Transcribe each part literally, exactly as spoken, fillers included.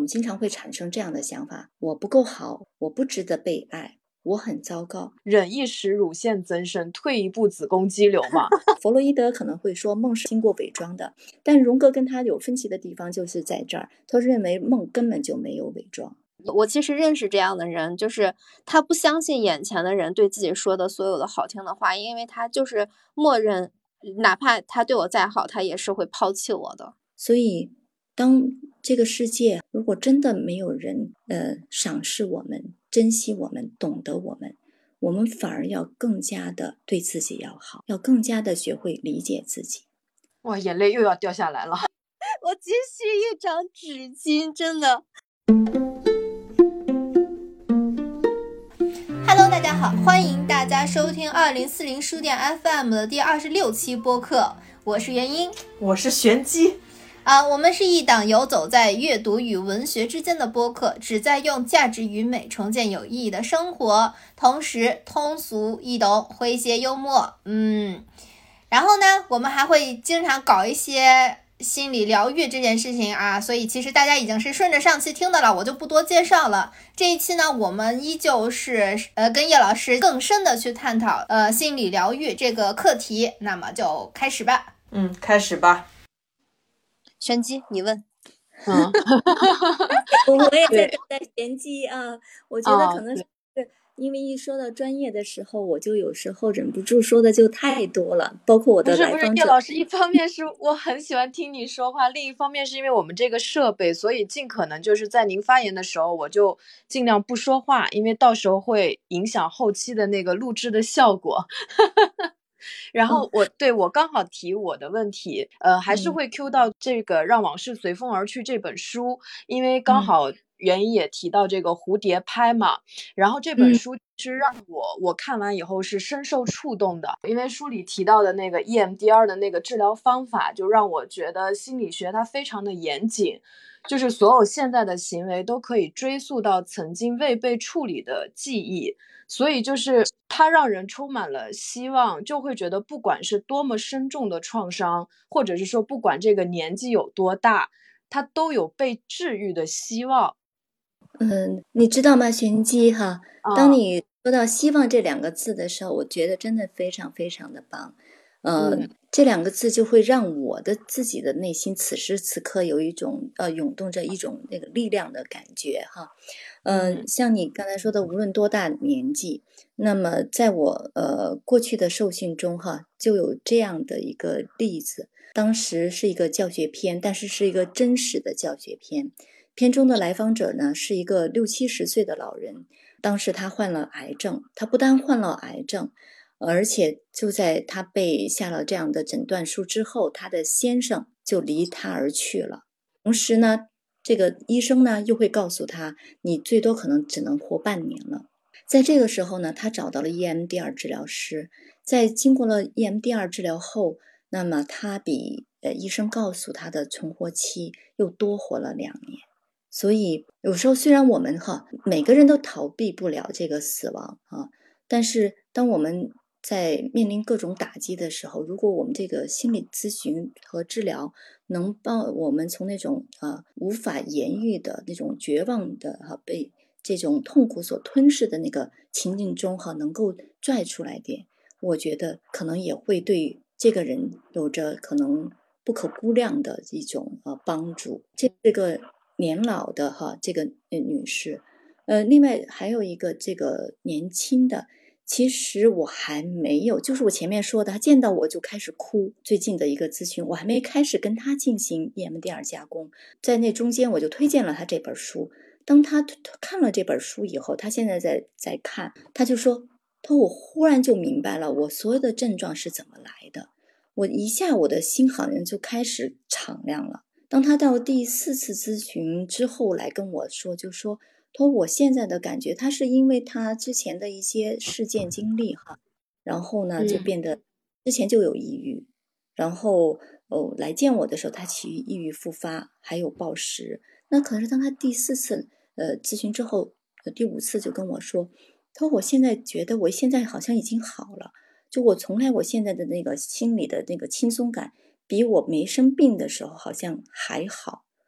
我们经常会产生这样的想法，我不够好，我不值得被爱，我很糟糕。 忍一时乳腺增生，退一步子宫肌瘤嘛。 弗洛伊德可能会说梦是经过伪装的，但荣格跟他有分歧的地方就是在这儿，他认为梦根本就没有伪装。 我其实认识这样的人，就是他不相信眼前的人对自己说的所有的好听的话，因为他就是默认哪怕他对我再好，他也是会抛弃我的。 所以当这个世界如果真的没有人呃赏识我们，珍惜我们，懂得我们，我们反而要更加的对自己要好，要更加的学会理解自己。 哇，眼泪又要掉下来了。 我急需一张纸巾，真的。Hello， 大家好，欢迎大家收听二零四零书店 F M 的第二十六期播客，我是元英， 我是玄机。 啊，我们是一档游走在阅读与文学之间的播客，旨在用价值与美重建有意义的生活，同时通俗易懂，诙谐幽默。嗯，然后呢，我们还会经常搞一些心理疗愈这件事情啊，所以其实大家已经是顺着上期听的了，我就不多介绍了。这一期呢，我们依旧是呃跟叶老师更深的去探讨呃心理疗愈这个课题，那么就开始吧。 嗯，开始吧。 玄机，你问。 嗯， 我也在等待玄机啊，我觉得可能是因为一说到专业的时候，我就有时候忍不住说的就太多了，包括我的来访者。 不是不是，叶老师，一方面是我很喜欢听你说话，另一方面是因为我们这个设备，所以尽可能就是在您发言的时候，我就尽量不说话，因为到时候会影响后期的那个录制的效果。然后我、哦、对我刚好提我的问题，呃，还是会 Q 到这个《让往事随风而去》这本书，因为刚好袁一也提到这个蝴蝶拍嘛，然后这本书其实让我我看完以后是深受触动的，因为书里提到的那个 E M D R 的那个治疗方法，就让我觉得心理学它非常的严谨，就是所有现在的行为都可以追溯到曾经未被处理的记忆，所以就是它让人充满了希望，就会觉得不管是多么深重的创伤，或者是说不管这个年纪有多大，它都有被治愈的希望。 嗯，你知道吗，玄机哈，当你说到希望这两个字的时候，我觉得真的非常非常的棒。呃、嗯，这两个字就会让我的自己的内心此时此刻有一种呃涌动着一种那个力量的感觉哈。嗯、呃，像你刚才说的，无论多大年纪，那么在我呃过去的受训中哈，就有这样的一个例子。当时是一个教学片，但是是一个真实的教学片。片中的来访者呢是一个六七十岁的老人，当时他患了癌症，他不但患了癌症，而且就在他被下了这样的诊断书之后，他的先生就离他而去了。同时呢，这个医生呢又会告诉他，你最多可能只能活半年了。在这个时候呢，他找到了 E M D R 治疗师，在经过了 E M D R 治疗后，那么他比呃医生告诉他的存活期又多活了两年。所以有时候虽然我们哈每个人都逃避不了这个死亡啊，但是当我们在面临各种打击的时候，如果我们这个心理咨询和治疗能帮我们从那种啊无法言喻的那种绝望的哈、啊、被这种痛苦所吞噬的那个情境中哈、啊、能够拽出来点，我觉得可能也会对这个人有着可能不可估量的一种呃帮助。这这个年老的哈这个女士，呃，另外还有一个这个年轻的，其实我还没有，就是我前面说的，他见到我就开始哭。最近的一个咨询，我还没开始跟他进行 E M D R 加工，在那中间我就推荐了他这本书。当他看了这本书以后，他现在在在看，他就说，他我忽然就明白了我所有的症状是怎么来的，我一下我的心好像就开始敞亮了。当他到第四次咨询之后来跟我说，就说他说我现在的感觉，他是因为他之前的一些事件经历哈，然后呢就变得之前就有抑郁，然后哦来见我的时候他起抑郁复发，还有暴食。那可是当他第四次呃咨询之后，呃第五次就跟我说，他说我现在觉得我现在好像已经好了，就我从来我现在的那个心里的那个轻松感比我没生病的时候好像还好。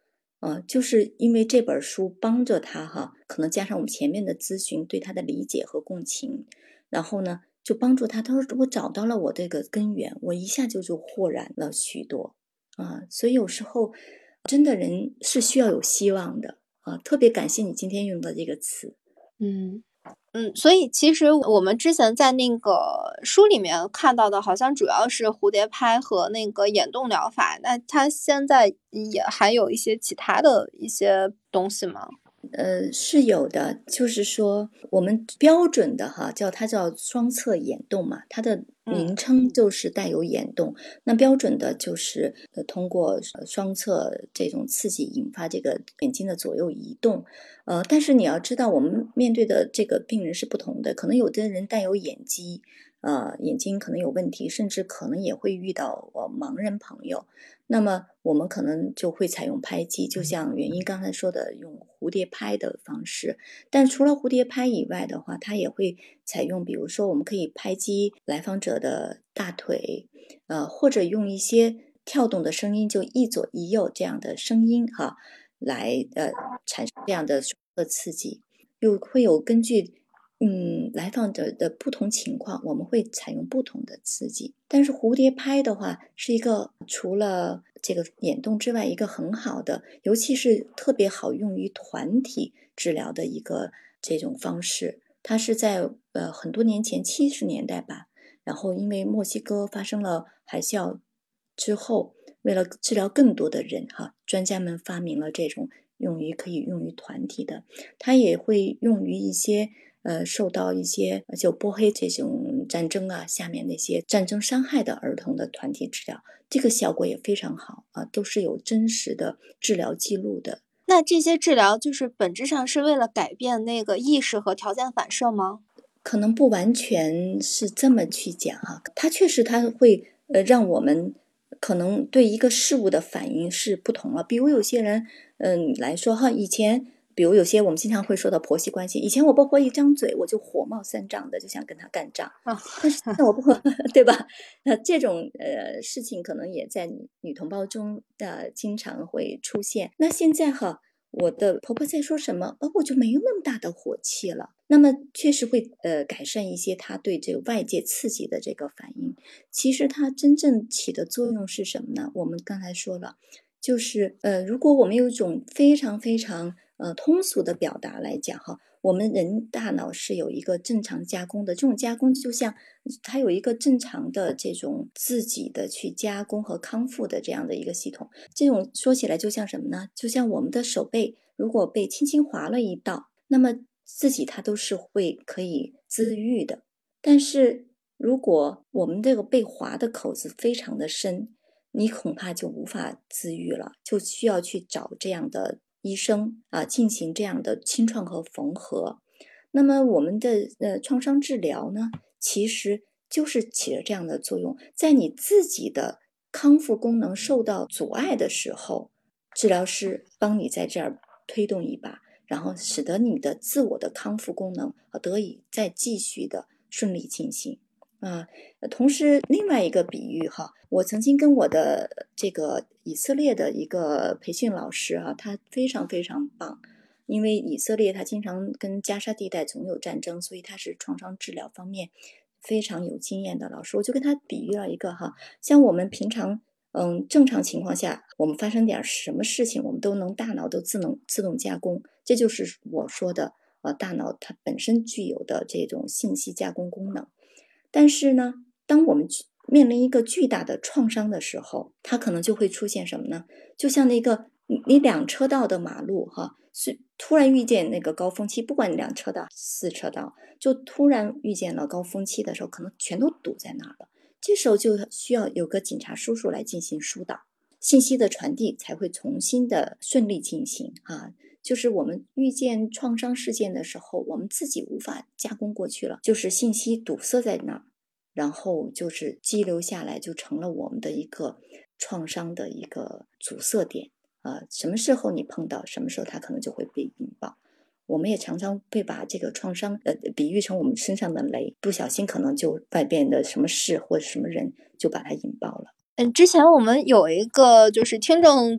呃，就是因为这本书帮着他哈，可能加上我们前面的咨询对他的理解和共情，然后呢就帮助他，他说我找到了我这个根源，我一下就就豁然了许多啊。所以有时候真的人是需要有希望的啊。特别感谢你今天用的这个词。 嗯嗯，所以其实我们之前在那个书里面看到的好像主要是蝴蝶拍和那个眼动疗法，那它现在也还有一些其他的一些东西吗？ 呃，是有的，就是说我们标准的哈，叫它叫双侧眼动嘛，它的名称就是带有眼动。嗯、那标准的就是呃通过双侧这种刺激引发这个眼睛的左右移动。呃，但是你要知道，我们面对的这个病人是不同的，可能有的人带有眼疾。呃，眼睛可能有问题，甚至可能也会遇到呃盲人朋友，那么我们可能就会采用拍击，就像元英刚才说的，用蝴蝶拍的方式。但除了蝴蝶拍以外的话，它也会采用，比如说我们可以拍击来访者的大腿，呃，或者用一些跳动的声音，就一左一右这样的声音哈，来呃产生这样的刺激，又会有根据。嗯，来访者的不同情况，我们会采用不同的刺激。但是蝴蝶拍的话，是一个除了这个眼动之外，一个很好的，尤其是特别好用于团体治疗的一个这种方式。它是在呃很多年前，七十年代吧，然后因为墨西哥发生了海啸之后，为了治疗更多的人哈，专家们发明了这种用于可以用于团体的，它也会用于一些。呃，受到一些就波黑这种战争啊，下面那些战争伤害的儿童的团体治疗，这个效果也非常好啊，都是有真实的治疗记录的。 那这些治疗就是本质上是为了改变那个意识和条件反射吗？ 可能不完全是这么去讲哈，它确实它会呃让我们可能对一个事物的反应是不同了。比如有些人嗯、呃、来说哈，以前。比如有些我们经常会说到婆媳关系，以前我婆婆一张嘴我就火冒三丈的就想跟她干仗， 啊、 但是我婆婆对吧？那这种呃事情可能也在女同胞中呃经常会出现。那现在哈，我的婆婆在说什么，呃，我就没有那么大的火气了。那么确实会呃改善一些她对这个外界刺激的这个反应。其实它真正起的作用是什么呢？我们刚才说了，就是呃，如果我们有一种非常非常呃，通俗的表达来讲哈，我们人大脑是有一个正常加工的，这种加工就像它有一个正常的这种自己的去加工和康复的这样的一个系统。这种说起来就像什么呢？就像我们的手背如果被轻轻划了一道，那么自己它都是会可以自愈的。但是如果我们这个被划的口子非常的深，你恐怕就无法自愈了，就需要去找这样的医生啊，进行这样的清创和缝合。那么我们的呃创伤治疗呢，其实就是起了这样的作用，在你自己的康复功能受到阻碍的时候，治疗师帮你在这儿推动一把，然后使得你的自我的康复功能得以再继续的顺利进行。啊，同时另外一个比喻哈，我曾经跟我的这个以色列的一个培训老师啊，他非常非常棒，因为以色列他经常跟加沙地带总有战争，所以他是创伤治疗方面非常有经验的老师。我就跟他比喻了一个哈，像我们平常嗯正常情况下，我们发生点什么事情，我们都能大脑都自能自动加工，这就是我说的呃大脑它本身具有的这种信息加工功能。但是呢，当我们面临一个巨大的创伤的时候，它可能就会出现什么呢？就像那个你两车道的马路哈，是突然遇见那个高峰期，不管你两车道、四车道，就突然遇见了高峰期的时候，可能全都堵在那儿了。这时候就需要有个警察叔叔来进行疏导，信息的传递才会重新的顺利进行啊。就是我们遇见创伤事件的时候，我们自己无法加工过去了，就是信息堵塞在那儿，然后就是积留下来，就成了我们的一个创伤的一个阻塞点啊、呃。什么时候你碰到，什么时候它可能就会被引爆。我们也常常会把这个创伤呃比喻成我们身上的雷，不小心可能就外边的什么事或者什么人就把它引爆了。 嗯，之前我们有一个就是听众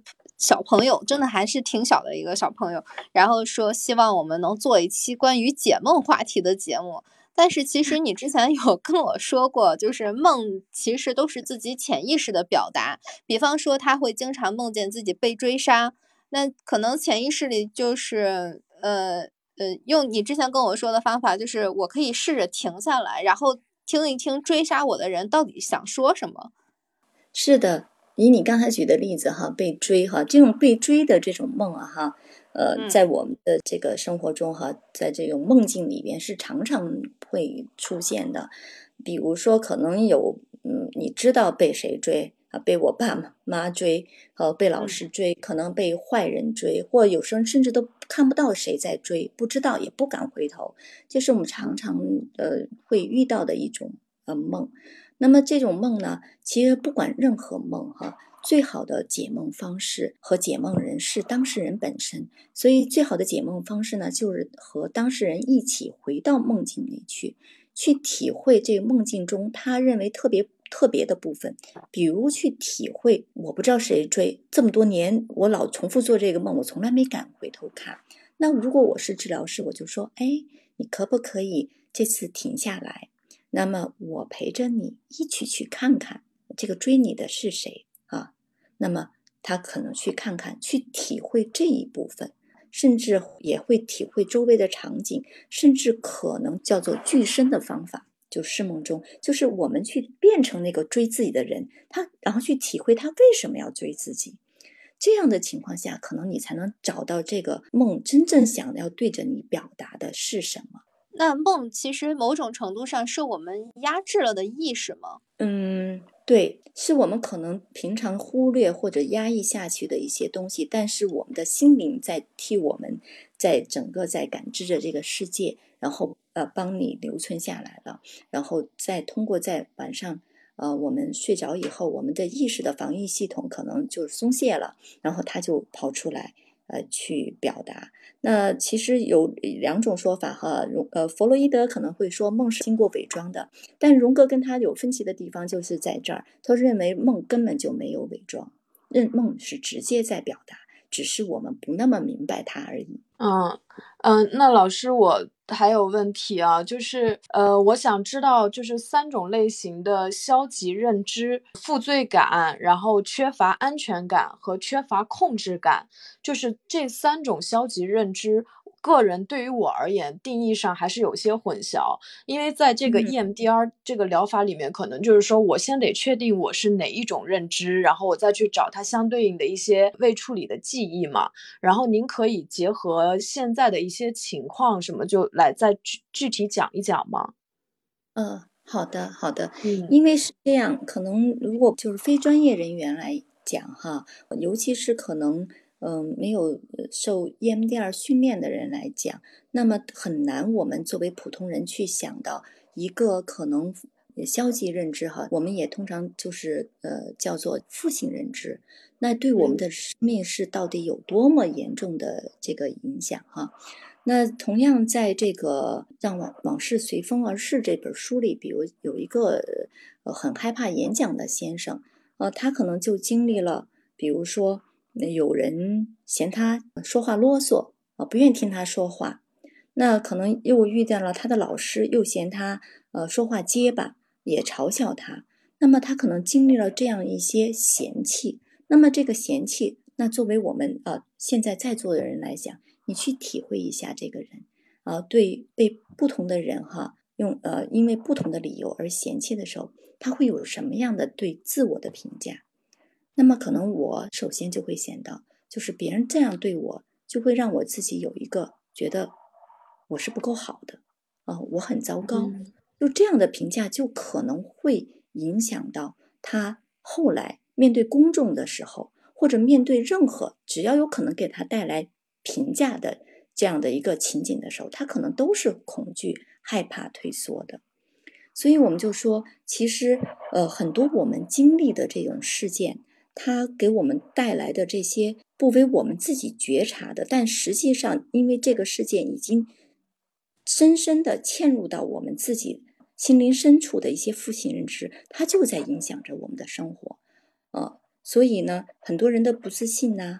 小朋友，真的还是挺小的一个小朋友，然后说希望我们能做一期关于解梦话题的节目。但是其实你之前有跟我说过，就是梦其实都是自己潜意识的表达，比方说他会经常梦见自己被追杀，那可能潜意识里就是呃呃，用你之前跟我说的方法，就是我可以试着停下来，然后听一听追杀我的人到底想说什么。 是的，以你刚才举的例子哈，被追哈，这种被追的这种梦啊哈，呃，在我们的这个生活中哈，在这种梦境里边是常常会出现的。比如说，可能有嗯，你知道被谁追啊？被我爸妈追，呃，被老师追，可能被坏人追，或有时候甚至都看不到谁在追，不知道也不敢回头，这是我们常常呃会遇到的一种呃梦。那么这种梦呢，其实不管任何梦哈，最好的解梦方式和解梦人是当事人本身，所以最好的解梦方式呢，就是和当事人一起回到梦境里去，去体会这个梦境中他认为特别特别的部分，比如去体会我不知道谁追，这么多年我老重复做这个梦，我从来没敢回头看。那如果我是治疗师，我就说，哎，你可不可以这次停下来？那么我陪着你一起去看看这个追你的是谁啊？那么他可能去看看，去体会这一部分，甚至也会体会周围的场景，甚至可能叫做具身的方法，就释梦中，就是我们去变成那个追自己的人，他然后去体会他为什么要追自己。这样的情况下，可能你才能找到这个梦真正想要对着你表达的是什么。 那梦其实某种程度上是我们压制了的意识吗？ 嗯，对，是我们可能平常忽略或者压抑下去的一些东西，但是我们的心灵在替我们在整个在感知着这个世界，然后呃帮你留存下来了，然后再通过在晚上呃我们睡着以后，我们的意识的防御系统可能就松懈了，然后它就跑出来呃去表达。那其实有两种说法哈，呃，弗洛伊德可能会说梦是经过伪装的，但荣格跟他有分歧的地方就是在这儿，他认为梦根本就没有伪装，认梦是直接在表达，只是我们不那么明白它而已。 嗯嗯，那老师我还有问题啊，就是呃，我想知道就是三种类型的消极认知：负罪感，然后缺乏安全感和缺乏控制感，就是这三种消极认知。个人对于我而言定义上还是有些混淆，因为在这个 E M D R 这个疗法里面，可能就是说我先得确定我是哪一种认知，然后我再去找它相对应的一些未处理的记忆嘛。然后您可以结合现在的一些情况什么就来再具具体讲一讲吗？ 嗯，好的好的， 嗯， 因为是这样，可能如果就是非专业人员来讲哈，尤其是可能嗯、呃、没有受 E M D R 训练的人来讲，那么很难我们作为普通人去想到一个可能消极认知哈，我们也通常就是呃叫做负性认知，那对我们的生命是到底有多么严重的这个影响哈？那同样在这个让往往事随风而逝这本书里，比如有一个呃很害怕演讲的先生，呃，他可能就经历了，比如说有人嫌他说话啰嗦啊、呃，不愿意听他说话，那可能又遇见了他的老师，又嫌他呃说话结巴，也嘲笑他，那么他可能经历了这样一些嫌弃，那么这个嫌弃，那作为我们呃现在在座的人来讲，你去体会一下这个人啊、呃，对被不同的人哈，用呃因为不同的理由而嫌弃的时候，他会有什么样的对自我的评价？那么可能我首先就会想到，就是别人这样对我，就会让我自己有一个觉得我是不够好的啊、呃，我很糟糕，就这样的评价就可能会影响到他后来面对公众的时候，或者面对任何只要有可能给他带来评价的这样的一个情景的时候，他可能都是恐惧、害怕、退缩的。所以我们就说，其实呃，很多我们经历的这种事件，它给我们带来的这些不为我们自己觉察的，但实际上因为这个事件已经深深地嵌入到我们自己心灵深处的一些负性认知，它就在影响着我们的生活。呃，所以呢，很多人的不自信呐、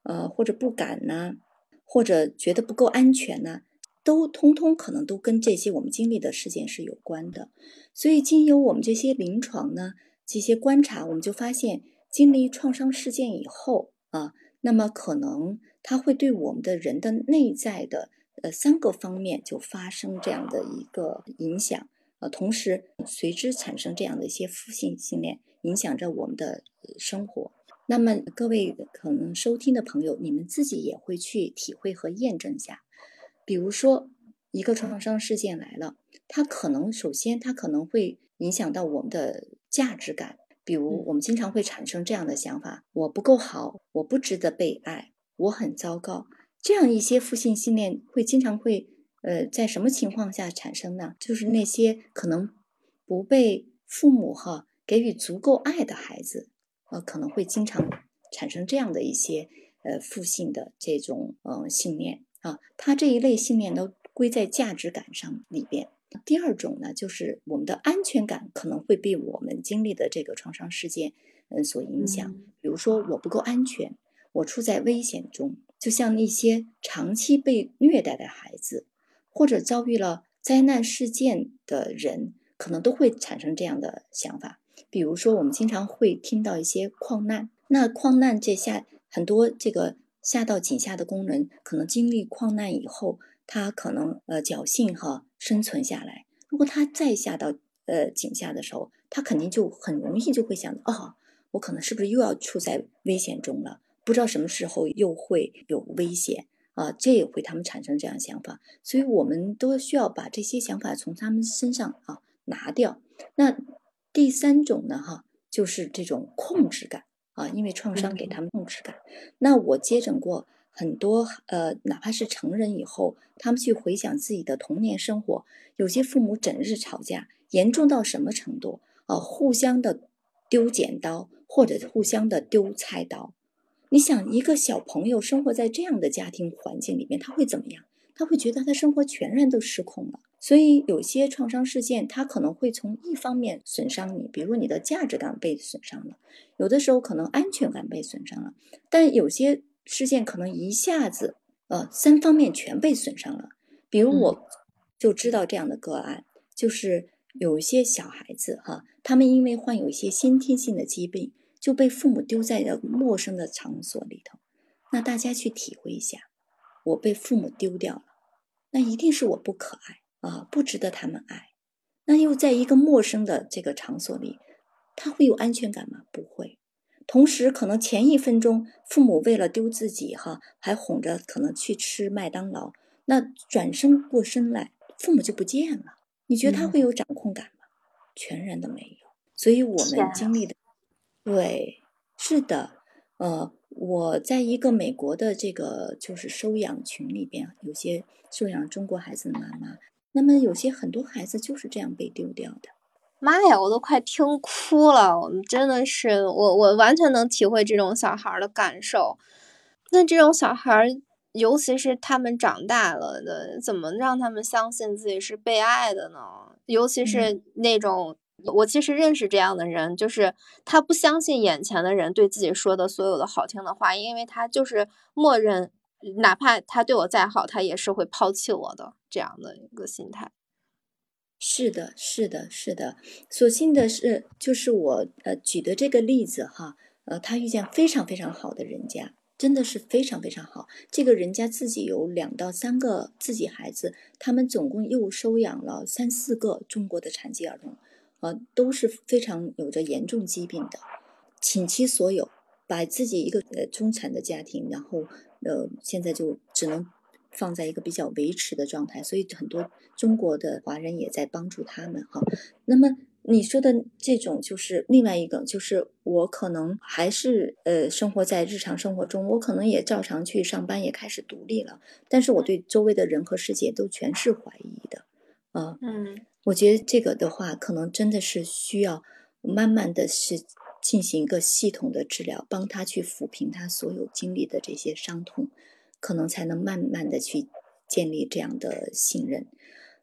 呃，或者不敢呐、或者觉得不够安全呐、都通通可能都跟这些我们经历的事件是有关的。所以经由我们这些临床呢，这些观察，我们就发现经历创伤事件以后啊，那么可能它会对我们的人的内在的呃三个方面就发生这样的一个影响，呃，同时随之产生这样的一些负性信念，影响着我们的生活。那么各位可能收听的朋友，你们自己也会去体会和验证一下。比如说一个创伤事件来了，它可能首先它可能会影响到我们的价值感，比如我们经常会产生这样的想法，我不够好，我不值得被爱，我很糟糕，这样一些负性信念会经常会呃在什么情况下产生呢？就是那些可能不被父母哈给予足够爱的孩子，呃可能会经常产生这样的一些呃负性的这种呃信念啊，它这一类信念都归在价值感上里边。第二种呢，就是我们的安全感可能会被我们经历的这个创伤事件嗯、呃、所影响， 嗯比如说我不够安全，我处在危险中，就像一些长期被虐待的孩子，或者遭遇了灾难事件的人，可能都会产生这样的想法。比如说我们经常会听到一些矿难，那矿难这下很多这个下到井下的工人可能经历矿难以后，他可能呃侥幸哈生存下来，如果他再下到呃井下的时候，他肯定就很容易就会想哦，我可能是不是又要处在危险中了，不知道什么时候又会有危险啊，这也会他们产生这样想法。所以我们都需要把这些想法从他们身上啊拿掉。那第三种呢哈，就是这种控制感啊，因为创伤给他们控制感。那我接诊过很多呃，哪怕是成人以后，他们去回想自己的童年生活，有些父母整日吵架，严重到什么程度啊？互相的丢剪刀，或者互相的丢菜刀。你想一个小朋友生活在这样的家庭环境里面，他会怎么样？他会觉得他生活全然都失控了。所以有些创伤事件，它可能会从一方面损伤你，比如你的价值感被损伤了，有的时候可能安全感被损伤了，但有些事件可能一下子呃三方面全被损伤了。比如我就知道这样的个案，就是有一些小孩子哈，他们因为患有一些先天性的疾病，就被父母丢在了陌生的场所里头。那大家去体会一下，我被父母丢掉了，那一定是我不可爱啊，不值得他们爱。那又在一个陌生的这个场所里，他会有安全感吗？不会。同时可能前一分钟父母为了丢自己哈，还哄着可能去吃麦当劳，那转身过身来父母就不见了，你觉得他会有掌控感吗？全然的没有。所以我们经历的对，是的，呃，我在一个美国的这个就是收养群里边，有些收养中国孩子的妈妈，那么有些很多孩子就是这样被丢掉的。 妈呀，我都快听哭了！我真的是，我我完全能体会这种小孩的感受。那这种小孩，尤其是他们长大了的，怎么让他们相信自己是被爱的呢？尤其是那种，嗯、我其实认识这样的人，就是他不相信眼前的人对自己说的所有的好听的话，因为他就是默认，哪怕他对我再好，他也是会抛弃我的这样的一个心态。 是的，是的，是的。所幸的是，就是我呃举的这个例子哈，呃，他遇见非常非常好的人家，真的是非常非常好。这个人家自己有两到三个自己孩子，他们总共又收养了三四个中国的残疾儿童，呃，都是非常有着严重疾病的，倾其所有，把自己一个呃中产的家庭，然后呃现在就只能放在一个比较维持的状态，所以很多中国的华人也在帮助他们哈。那么你说的这种就是另外一个，就是我可能还是呃生活在日常生活中，我可能也照常去上班，也开始独立了，但是我对周围的人和世界都全是怀疑的啊。 嗯， 我觉得这个的话，可能真的是需要慢慢的是进行一个系统的治疗，帮他去抚平他所有经历的这些伤痛，可能才能慢慢的去建立这样的信任。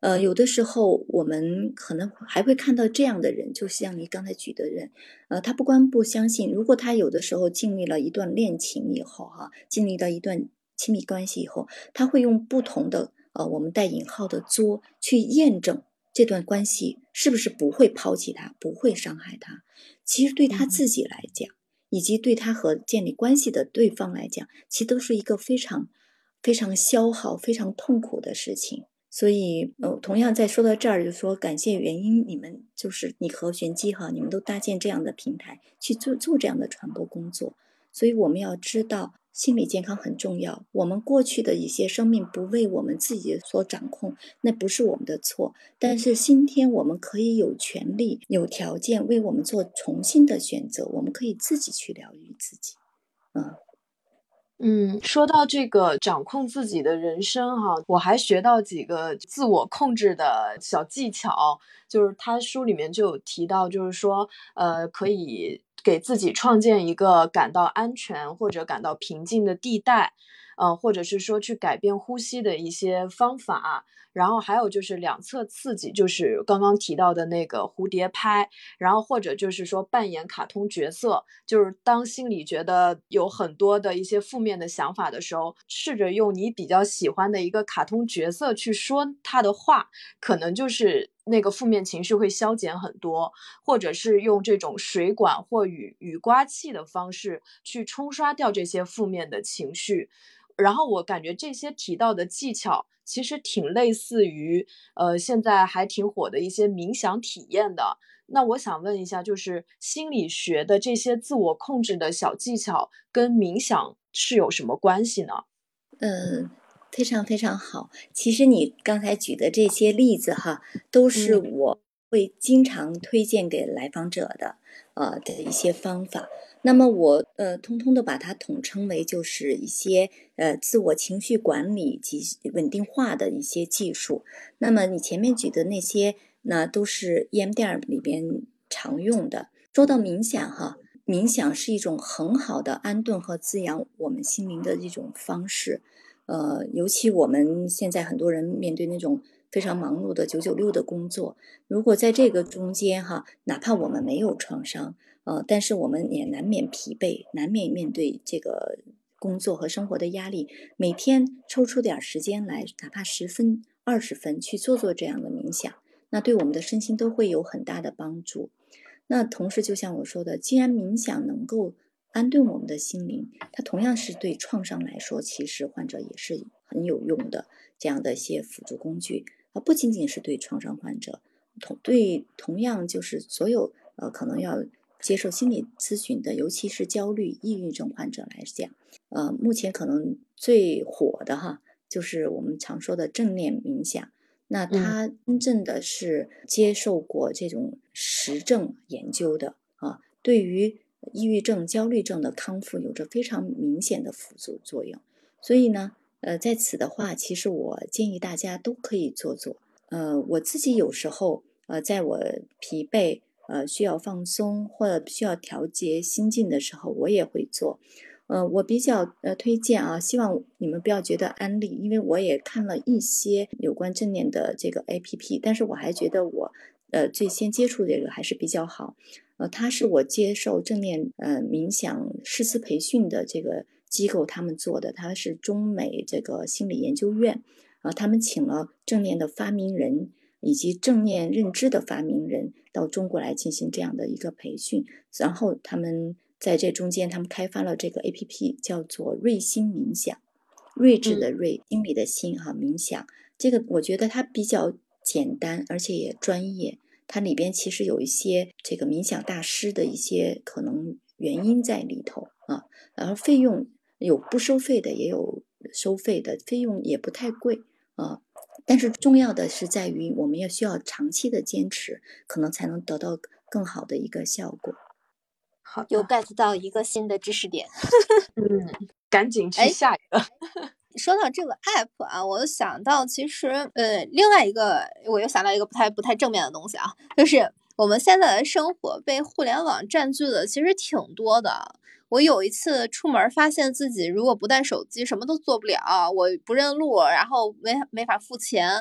呃，有的时候我们可能还会看到这样的人，就像你刚才举的人，呃，他不光不相信，如果他有的时候经历了一段恋情以后，哈，经历到一段亲密关系以后，他会用不同的呃，我们带引号的作去验证这段关系是不是不会抛弃他，不会伤害他。其实对他自己来讲，嗯、以及对他和建立关系的对方来讲，其实都是一个非常非常消耗、非常痛苦的事情。所以，呃，同样在说到这儿，就说感谢原因，你们就是你和玄机哈，你们都搭建这样的平台去做做这样的传播工作。所以我们要知道，心理健康很重要。我们过去的一些生命不为我们自己所掌控，那不是我们的错。但是今天我们可以有权利、有条件为我们做重新的选择，我们可以自己去疗愈自己。嗯。 嗯，说到这个掌控自己的人生哈，我还学到几个自我控制的小技巧，就是他书里面就有提到，就是说，呃，可以给自己创建一个感到安全或者感到平静的地带，呃，或者是说去改变呼吸的一些方法。然后还有就是两侧刺激，就是刚刚提到的那个蝴蝶拍，然后或者就是说扮演卡通角色，就是当心里觉得有很多的一些负面的想法的时候，试着用你比较喜欢的一个卡通角色去说他的话，可能就是那个负面情绪会消减很多，或者是用这种水管或雨雨刮器的方式去冲刷掉这些负面的情绪。然后我感觉这些提到的技巧其实挺类似于呃现在还挺火的一些冥想体验的。那我想问一下，就是心理学的这些自我控制的小技巧跟冥想是有什么关系呢？ 嗯，非常非常好。其实你刚才举的这些例子哈，都是我会经常推荐给来访者的，呃的一些方法。那么我呃通通的把它统称为就是一些呃自我情绪管理及稳定化的一些技术。那么你前面举的那些呢，都是 E M D R 里边常用的。说到冥想哈，冥想是一种很好的安顿和滋养我们心灵的一种方式。呃，尤其我们现在很多人面对那种非常忙碌的九九六的工作，如果在这个中间哈，哪怕我们没有创伤，呃，但是我们也难免疲惫，难免面对这个工作和生活的压力，每天抽出点时间来，哪怕十分、二十分去做做这样的冥想，那对我们的身心都会有很大的帮助。那同时就像我说的，既然冥想能够安顿我们的心灵，它同样是对创伤来说，其实患者也是很有用的这样的一些辅助工具，而不仅仅是对创伤患者，同对同样就是所有呃可能要接受心理咨询的，尤其是焦虑、抑郁症患者来讲，呃，目前可能最火的哈，就是我们常说的正念冥想。那他真正的是接受过这种实证研究的啊，对于抑郁症、焦虑症的康复有着非常明显的辅助作用。所以呢，呃，在此的话，其实我建议大家都可以做做。呃，我自己有时候，呃，在我疲惫、呃需要放松或者需要调节心境的时候，我也会做。呃，我比较呃推荐啊，希望你们不要觉得安利，因为我也看了一些有关正念的这个 A P P， 但是我还觉得我呃最先接触这个还是比较好。呃，它是我接受正念呃冥想师资培训的这个机构他们做的，它是中美这个心理研究院啊、呃，他们请了正念的发明人以及正念认知的发明人到中国来进行这样的一个培训，然后他们在这中间他们开发了这个 A P P 叫做瑞心冥想，睿智的睿，心里的心哈，冥想这个我觉得它比较简单，而且也专业。它里边其实有一些这个冥想大师的一些可能原因在里头啊，然后费用有不收费的，也有收费的，费用也不太贵啊。但是重要的是在于我们要需要长期的坚持，可能才能得到更好的一个效果。 好，又 get 到一个新的知识点。 嗯，赶紧去下一个。 说到这个 app 啊，我想到其实呃另外一个，我又想到一个不太不太正面的东西啊，就是我们现在的生活被互联网占据的其实挺多的。我有一次出门发现自己如果不带手机什么都做不了，我不认路，然后没没法付钱，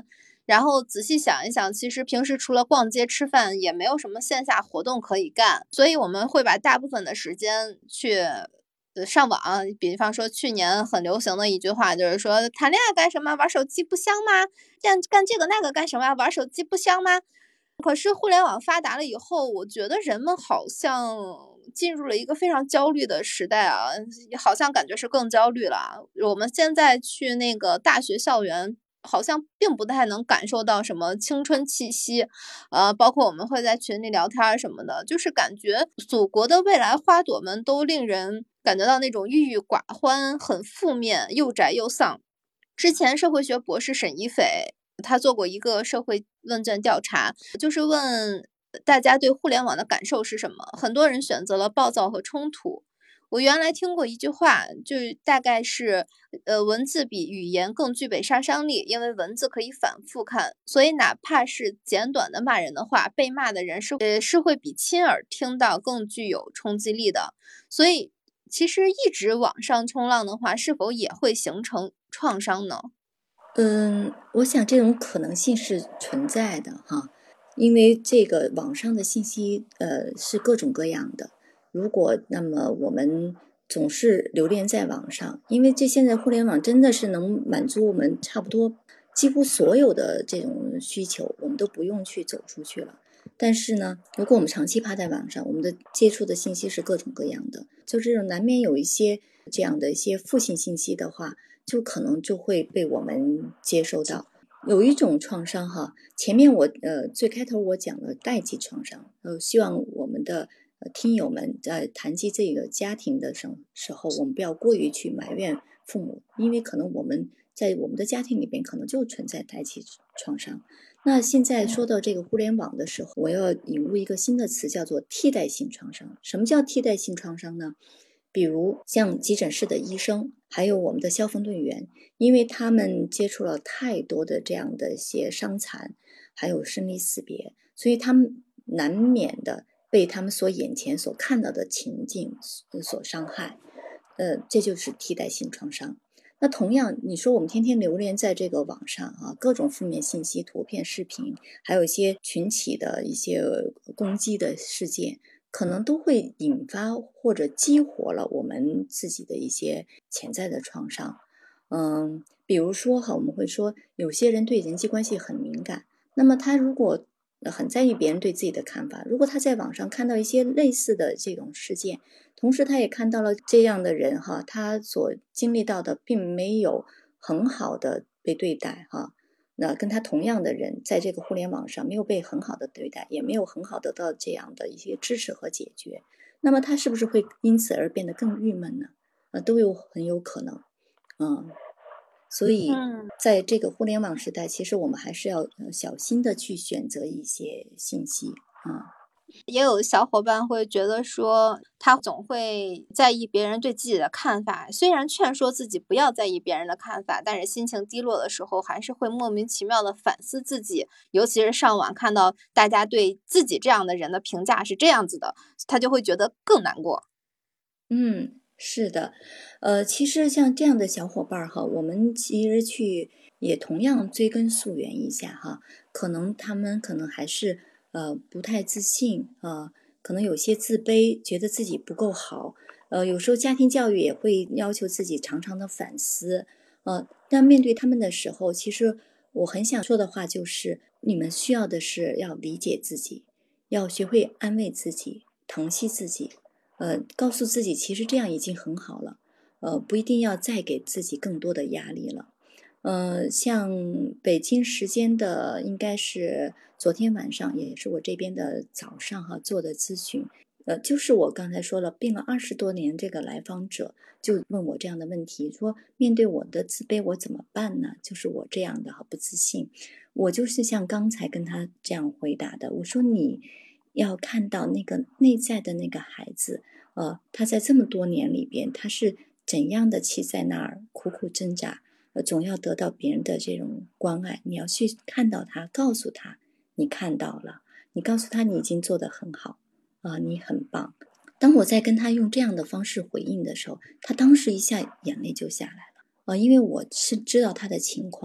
然后仔细想一想，其实平时除了逛街吃饭也没有什么线下活动可以干，所以我们会把大部分的时间去上网。比方说去年很流行的一句话就是说，谈恋爱干什么？玩手机不香吗？干干这个那个干什么？玩手机不香吗？可是互联网发达了以后，我觉得人们好像进入了一个非常焦虑的时代啊，好像感觉是更焦虑了。我们现在去那个大学校园，好像并不太能感受到什么青春气息，呃，包括我们会在群里聊天什么的，就是感觉祖国的未来花朵们都令人感觉到那种郁郁寡欢，很负面，又宅又丧。之前社会学博士沈一斐他做过一个社会问卷调查，就是问大家对互联网的感受是什么，很多人选择了暴躁和冲突。我原来听过一句话，就大概是呃，文字比语言更具备杀伤力，因为文字可以反复看，所以哪怕是简短的骂人的话，被骂的人是呃是会比亲耳听到更具有冲击力的。所以其实一直网上冲浪的话，是否也会形成创伤呢？ 嗯，我想这种可能性是存在的哈，因为这个网上的信息呃是各种各样的。如果那么我们总是流连在网上，因为这现在互联网真的是能满足我们差不多几乎所有的这种需求，我们都不用去走出去了。但是呢，如果我们长期趴在网上，我们的接触的信息是各种各样的，就这种难免有一些这样的一些负性信息的话，就可能就会被我们接受到。有一种创伤哈，前面我呃最开头我讲了代际创伤，呃，希望我们的呃听友们在谈及这个家庭的时时候，我们不要过于去埋怨父母，因为可能我们在我们的家庭里边可能就存在代际创伤。那现在说到这个互联网的时候，我要引入一个新的词，叫做替代性创伤。什么叫替代性创伤呢？比如像急诊室的医生，还有我们的消防队员，因为他们接触了太多的这样的一些伤残，还有生离死别，所以他们难免的被他们所眼前所看到的情境所伤害，呃，这就是替代性创伤。那同样，你说我们天天流连在这个网上啊，各种负面信息、图片、视频，还有一些群起的一些攻击的事件，可能都会引发或者激活了我们自己的一些潜在的创伤。嗯，比如说哈，我们会说有些人对人际关系很敏感，那么他如果很在意别人对自己的看法，如果他在网上看到一些类似的这种事件，同时他也看到了这样的人哈，他所经历到的并没有很好的被对待哈，那跟他同样的人在这个互联网上没有被很好的对待，也没有很好得到这样的一些支持和解决，那么他是不是会因此而变得更郁闷呢？呃，都有很有可能。嗯，所以在这个互联网时代，其实我们还是要小心的去选择一些信息啊。 也有小伙伴会觉得说，他总会在意别人对自己的看法，虽然劝说自己不要在意别人的看法，但是心情低落的时候还是会莫名其妙的反思自己，尤其是上网看到大家对自己这样的人的评价是这样子的，他就会觉得更难过。 嗯，是的，呃，其实像这样的小伙伴哈，我们其实去也同样追根溯源一下哈，可能他们可能还是呃不太自信啊、呃，可能有些自卑，觉得自己不够好，呃，有时候家庭教育也会要求自己常常的反思，呃，但面对他们的时候，其实我很想说的话就是，你们需要的是要理解自己，要学会安慰自己，疼惜自己。呃，告诉自己其实这样已经很好了，呃，不一定要再给自己更多的压力了。呃，像北京时间的应该是昨天晚上，也是我这边的早上哈做的咨询，呃，就是我刚才说了，病了二十多年这个来访者就问我这样的问题，说面对我的自卑我怎么办呢？就是我这样的不自信，我就是像刚才跟他这样回答的，我说你要看到那个内在的那个孩子，呃，他在这么多年里边，他是怎样的去在那儿苦苦挣扎，呃，总要得到别人的这种关爱。你要去看到他，告诉他你看到了，你告诉他你已经做得很好，啊、呃，你很棒。当我在跟他用这样的方式回应的时候，他当时一下眼泪就下来了，啊、呃，因为我是知道他的情况。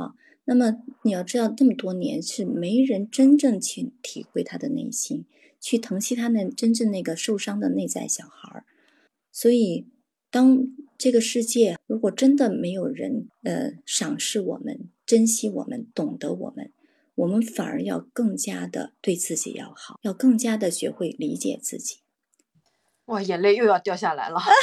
那么你要知道，这么多年是没人真正去体会他的内心，去疼惜他那真正那个受伤的内在小孩。所以当这个世界如果真的没有人呃赏识我们，珍惜我们，懂得我们，我们反而要更加的对自己要好，要更加的学会理解自己。 哇，眼泪又要掉下来了。啊，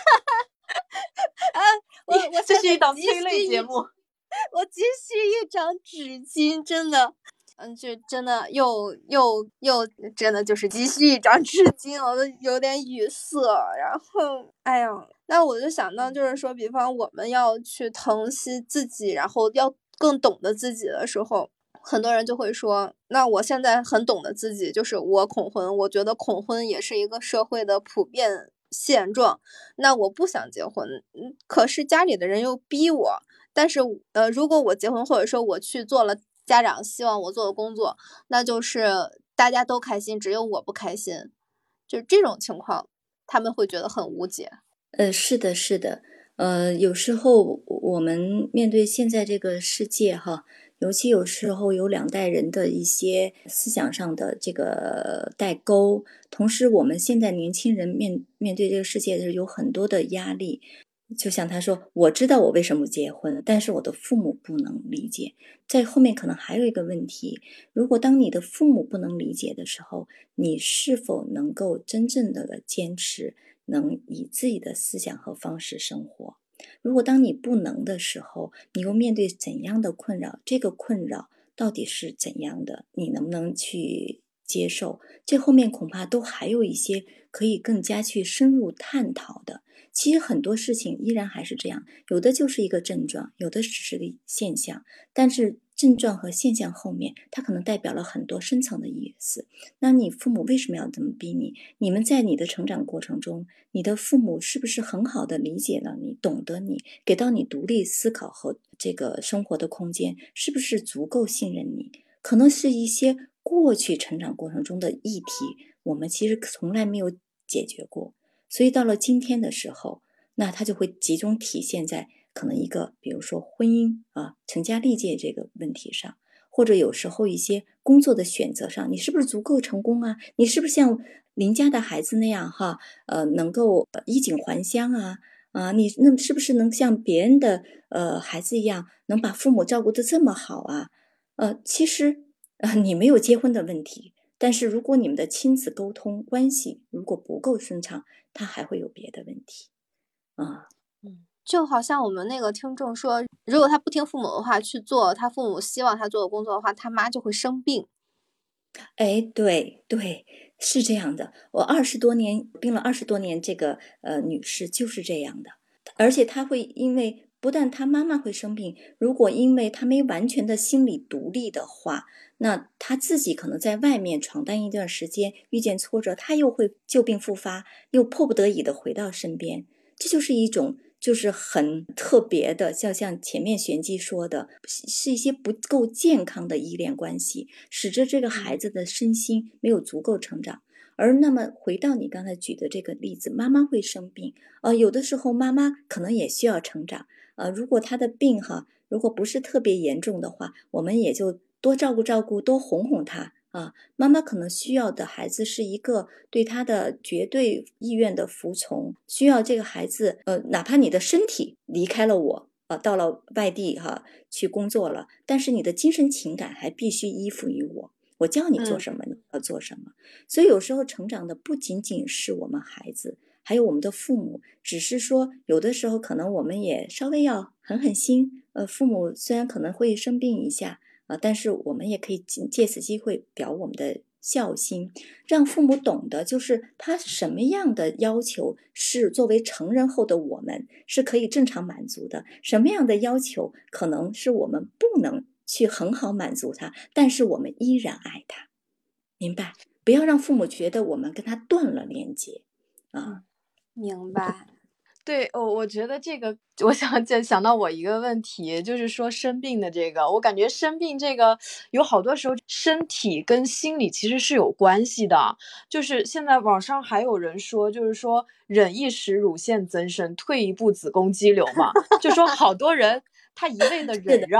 我我这是一档催泪节目。 我急需一张纸巾，真的，嗯，就真的又又又真的就是急需一张纸巾，我都有点语塞。然后，哎呀，那我就想到，就是说，比方我们要去疼惜自己，然后要更懂得自己的时候，很多人就会说，那我现在很懂得自己，就是我恐婚，我觉得恐婚也是一个社会的普遍现状，那我不想结婚，嗯，可是家里的人又逼我。但是呃，如果我结婚，或者说我去做了家长希望我做的工作，那就是大家都开心，只有我不开心，就这种情况他们会觉得很无解。 呃，是的，是的，呃，有时候我们面对现在这个世界哈，尤其有时候有两代人的一些思想上的这个代沟，同时我们现在年轻人面面对这个世界是有很多的压力。就像他说，我知道我为什么结婚，但是我的父母不能理解。在后面可能还有一个问题，如果当你的父母不能理解的时候，你是否能够真正的坚持，能以自己的思想和方式生活？如果当你不能的时候，你又面对怎样的困扰？这个困扰到底是怎样的？你能不能去接受？这后面恐怕都还有一些可以更加去深入探讨的。其实很多事情依然还是这样，有的就是一个症状，有的只是个现象，但是症状和现象后面它可能代表了很多深层的意思。那你父母为什么要这么逼你？你们在你的成长过程中，你的父母是不是很好的理解了你，懂得你，给到你独立思考和这个生活的空间，是不是足够信任你？可能是一些过去成长过程中的议题，我们其实从来没有解决过，所以到了今天的时候，那它就会集中体现在可能一个比如说婚姻啊、成家立业这个问题上，或者有时候一些工作的选择上，你是不是足够成功啊？你是不是像邻家的孩子那样哈，呃，能够衣锦还乡啊？啊，你那是不是能像别人的呃孩子一样，能把父母照顾得这么好啊？呃，其实呃你没有结婚的问题，但是如果你们的亲子沟通关系如果不够顺畅，他还会有别的问题啊。 嗯，就好像我们那个听众说，如果他不听父母的话去做他父母希望他做的工作的话，他妈就会生病。 哎，对对，是这样的。我二十多年病了二十多年，这个呃女士就是这样的，而且她会因为不但她妈妈会生病，如果因为她没完全的心理独立的话，那她自己可能在外面闯荡一段时间，遇见挫折，她又会旧病复发，又迫不得已的回到身边。这就是一种就是很特别的，像像前面玄机说的，是一些不够健康的依恋关系，使得这个孩子的身心没有足够成长。而那么回到你刚才举的这个例子，妈妈会生病，呃，有的时候妈妈可能也需要成长，呃，如果她的病哈，如果不是特别严重的话，我们也就多照顾照顾，多哄哄她。啊，妈妈可能需要的孩子是一个对他的绝对意愿的服从，需要这个孩子，呃，哪怕你的身体离开了我，啊，到了外地哈、啊、去工作了，但是你的精神情感还必须依附于我，我叫你做什么，你要做什么。所以有时候成长的不仅仅是我们孩子，还有我们的父母，只是说有的时候可能我们也稍微要狠狠心，呃，父母虽然可能会生病一下。啊，但是我们也可以借此机会表我们的孝心，让父母懂得就是他什么样的要求是作为成人后的我们是可以正常满足的，什么样的要求可能是我们不能去很好满足他，但是我们依然爱他，明白？不要让父母觉得我们跟他断了连接啊。 明白。 对，我我觉得这个，我想想想到我一个问题，就是说生病的这个，我感觉生病这个有好多时候身体跟心理其实是有关系的。就是现在网上还有人说，就是说忍一时乳腺增生，退一步子宫肌瘤嘛，就说好多人他一味的忍让，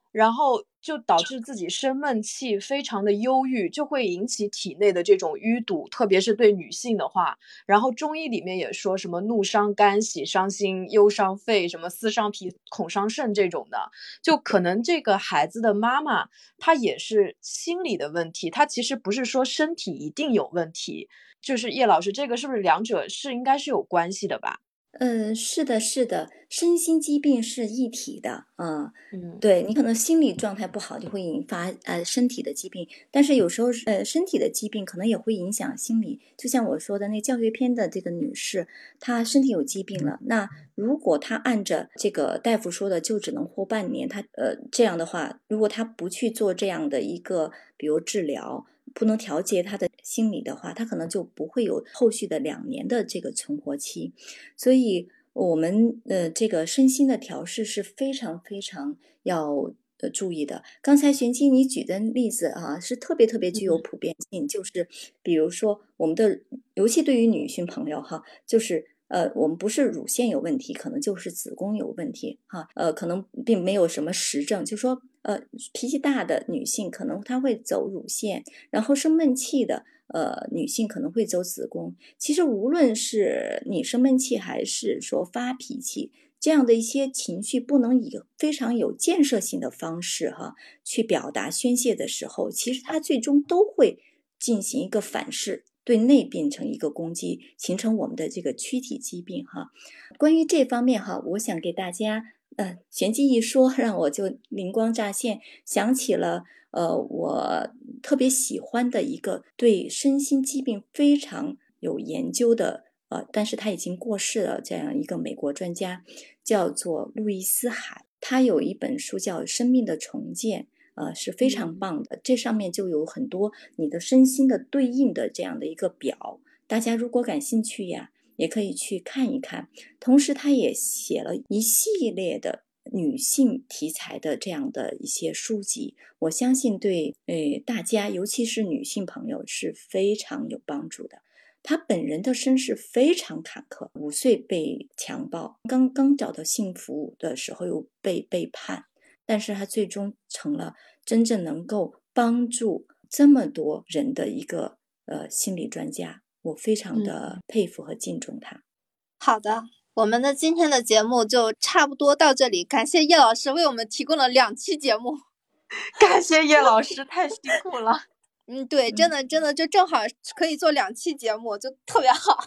然后就导致自己生闷气，非常的忧郁，就会引起体内的这种淤堵，特别是对女性的话。然后中医里面也说什么怒伤肝、喜伤心、忧伤肺，什么思伤脾、恐伤肾这种的，就可能这个孩子的妈妈她也是心理的问题，她其实不是说身体一定有问题。就是叶老师，这个是不是两者是应该是有关系的吧？ 嗯，是的，是的，身心疾病是一体的啊。 嗯， 对，你可能心理状态不好，就会引发呃身体的疾病，但是有时候呃身体的疾病可能也会影响心理。就像我说的那教学片的这个女士，她身体有疾病了，那如果她按着这个大夫说的，就只能活半年，她呃这样的话，如果她不去做这样的一个比如治疗，不能调节他的心理的话，他可能就不会有后续的两年的这个存活期。所以我们呃这个身心的调试是非常非常要呃注意的。刚才玄机你举的例子啊，是特别特别具有普遍性，就是比如说我们的，尤其对于女性朋友哈，就是呃，我们不是乳腺有问题，可能就是子宫有问题哈，呃，可能并没有什么实证，就说呃，脾气大的女性可能她会走乳腺，然后生闷气的呃女性可能会走子宫。其实无论是你生闷气还是说发脾气，这样的一些情绪不能以非常有建设性的方式哈去表达宣泄的时候，其实它最终都会进行一个反噬，对内变成一个攻击，形成我们的这个躯体疾病哈。关于这方面哈，我想给大家呃玄机一说，让我就灵光乍现，想起了呃我特别喜欢的一个对身心疾病非常有研究的呃，但是他已经过世了，这样一个美国专家，叫做路易斯海，他有一本书叫《生命的重建》。呃，是非常棒的，这上面就有很多你的身心的对应的这样的一个表，大家如果感兴趣呀，也可以去看一看。同时他也写了一系列的女性题材的这样的一些书籍，我相信对呃大家尤其是女性朋友是非常有帮助的。他本人的身世非常坎坷，五岁被强暴，刚刚找到幸福的时候又被背叛，但是他最终成了真正能够帮助这么多人的一个呃心理专家，我非常的佩服和敬重他。 好的，我们的今天的节目就差不多到这里，感谢叶老师为我们提供了两期节目。 感谢叶老师，太辛苦了。 嗯，对，真的真的就正好可以做两期节目，就特别好。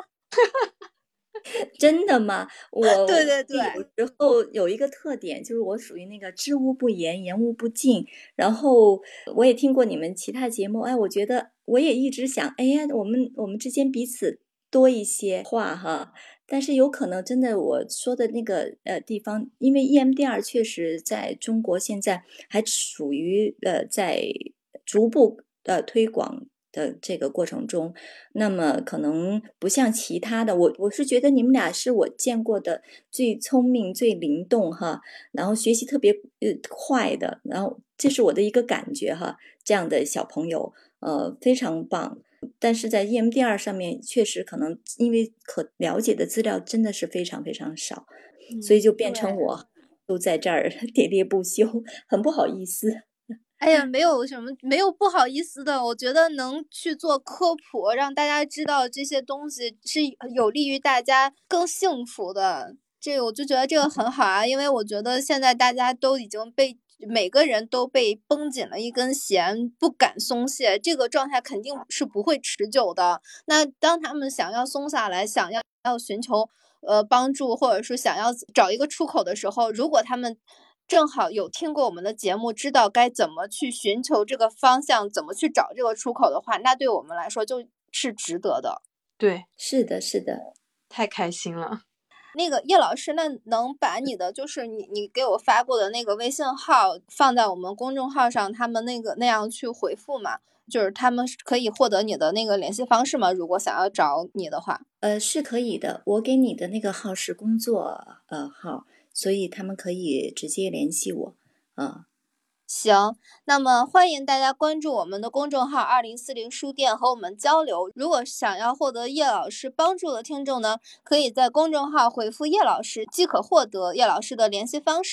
真的吗？我对对对， 有时候有一个特点，就是我属于那个知无不言，言无不尽。然后我也听过你们其他节目，哎，我觉得我也一直想，哎呀，我们我们之间彼此多一些话哈。但是有可能真的我说的那个呃地方，因为 E M D R 确实在中国现在还属于呃在逐步呃推广的这个过程中，那么可能不像其他的，我我是觉得你们俩是我见过的最聪明、最灵动哈，然后学习特别呃快的，然后这是我的一个感觉哈，这样的小朋友呃非常棒。但是在 E M D R 上面确实可能因为可了解的资料真的是非常非常少，嗯、所以就变成我都在这儿喋喋不休，很不好意思。 哎呀，没有什么，没有不好意思的。我觉得能去做科普，让大家知道这些东西是有利于大家更幸福的。这个我就觉得这个很好啊，因为我觉得现在大家都已经被每个人都被绷紧了一根弦，不敢松懈，这个状态肯定是不会持久的。那当他们想要松下来，想要要寻求呃帮助，或者是想要找一个出口的时候，如果他们正好有听过我们的节目，知道该怎么去寻求这个方向，怎么去找这个出口的话，那对我们来说就是值得的。 对， 是的，是的， 太开心了。 那个叶老师，那能把你的就是你你给我发过的那个微信号放在我们公众号上，他们那个那样去回复吗？就是他们可以获得你的那个联系方式吗？如果想要找你的话， 呃，是可以的。我给你的那个号是工作呃号。所以他们可以直接联系我啊。 行，那么欢迎大家关注我们的公众号二零四零书店和我们交流。如果想要获得叶老师帮助的听众呢，可以在公众号回复叶老师，即可获得叶老师的联系方式。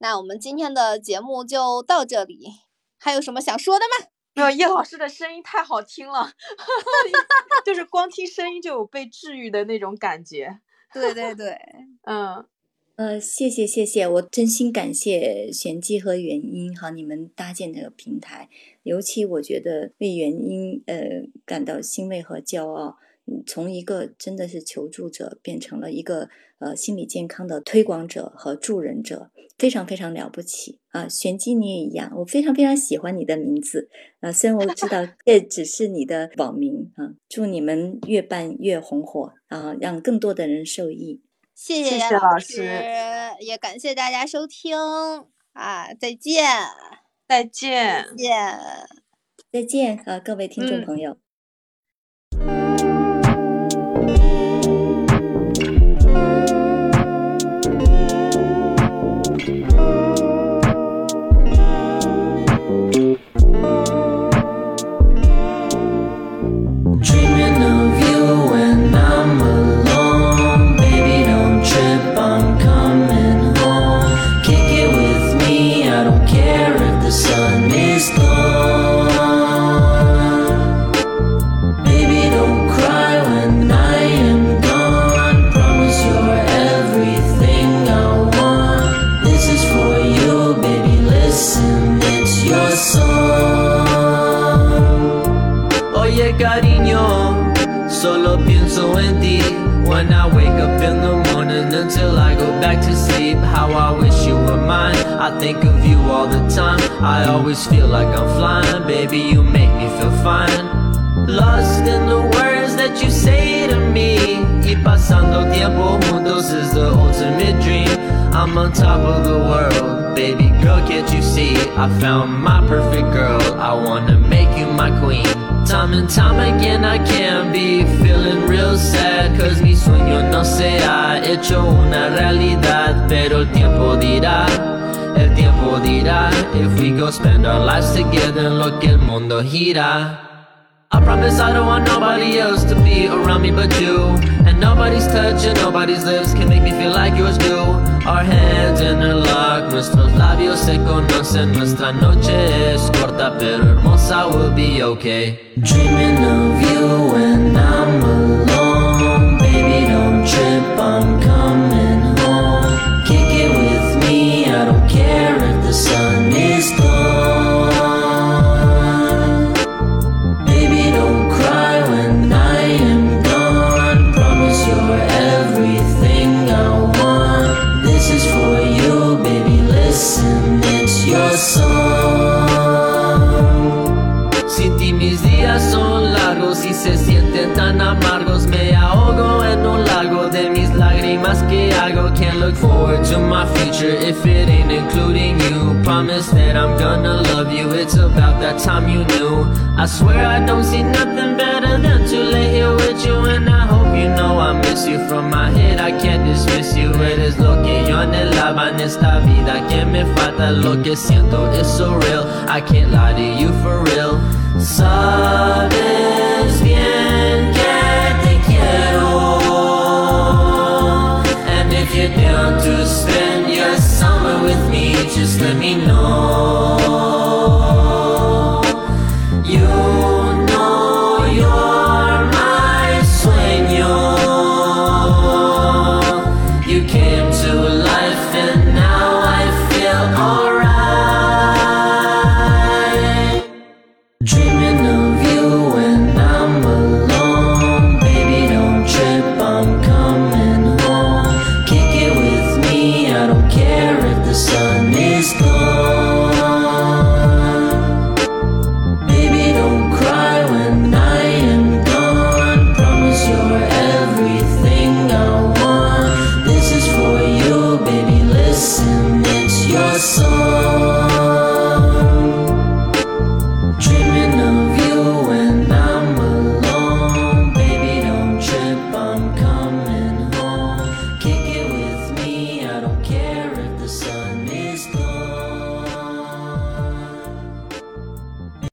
那我们今天的节目就到这里，还有什么想说的吗？ 没有，叶老师的声音太好听了就是光听声音就有被治愈的那种感觉。 对对对， 嗯。 呃，谢谢谢谢，我真心感谢玄机和元音哈，你们搭建这个平台，尤其我觉得为元音呃感到欣慰和骄傲，从一个真的是求助者变成了一个呃心理健康的推广者和助人者，非常非常了不起啊！玄机你也一样，我非常非常喜欢你的名字啊，虽然我知道这只是你的网名啊，祝你们越办越红火啊，让更多的人受益。 谢谢叶老师， 也感谢大家收听啊，再见， 再见， 再见， 再见啊，各位听众朋友。 Solo pienso en ti when I wake up in the morning until I go back to sleep. How I wish you were mine, I think of you all the time. I always feel like I'm flying, baby, you make me feel fine. Lost in the words that you say to me, y pasando tiempo juntos is the ultimate dream. I'm on top of the world, baby girl, can't you see? I found my perfect girl, I wanna make you my queen. Time and time again I can't be feeling real sad, cause mi sueño no se ha hecho una realidad. Pero el tiempo dirá, el tiempo dirá, if we go spend our lives together, lo que el mundo gira. I promise I don't want nobody else to be around me but you. And nobody's touch and nobody's lips can make me feel like yours do. Our hands interlock, nuestros labios se conocen. Nuestra noche es corta pero hermosa, we'll be okay. Dreaming of you when I'm alone. Baby, don't trip, I'm coming home. Kick it with me, I don't care if the sun is gone. Listen, it's your song. Sin ti mis días son largos y se sienten tan amargos. Me ahogo en un lago de mis lágrimas que hago. Can't look forward to my future if it ain't including you. Promise that I'm gonna love you, it's about that time you knew. I swear I don't see nothing better than to lay here with you. And I hope you know I miss you. From my head I can't dismiss you. Eres lo que yo anhelaba en esta vida que me falta. Lo que siento is so real, I can't lie to you for real. Sabes bien que te quiero, and if you're down to spend your summer with me, just let me know.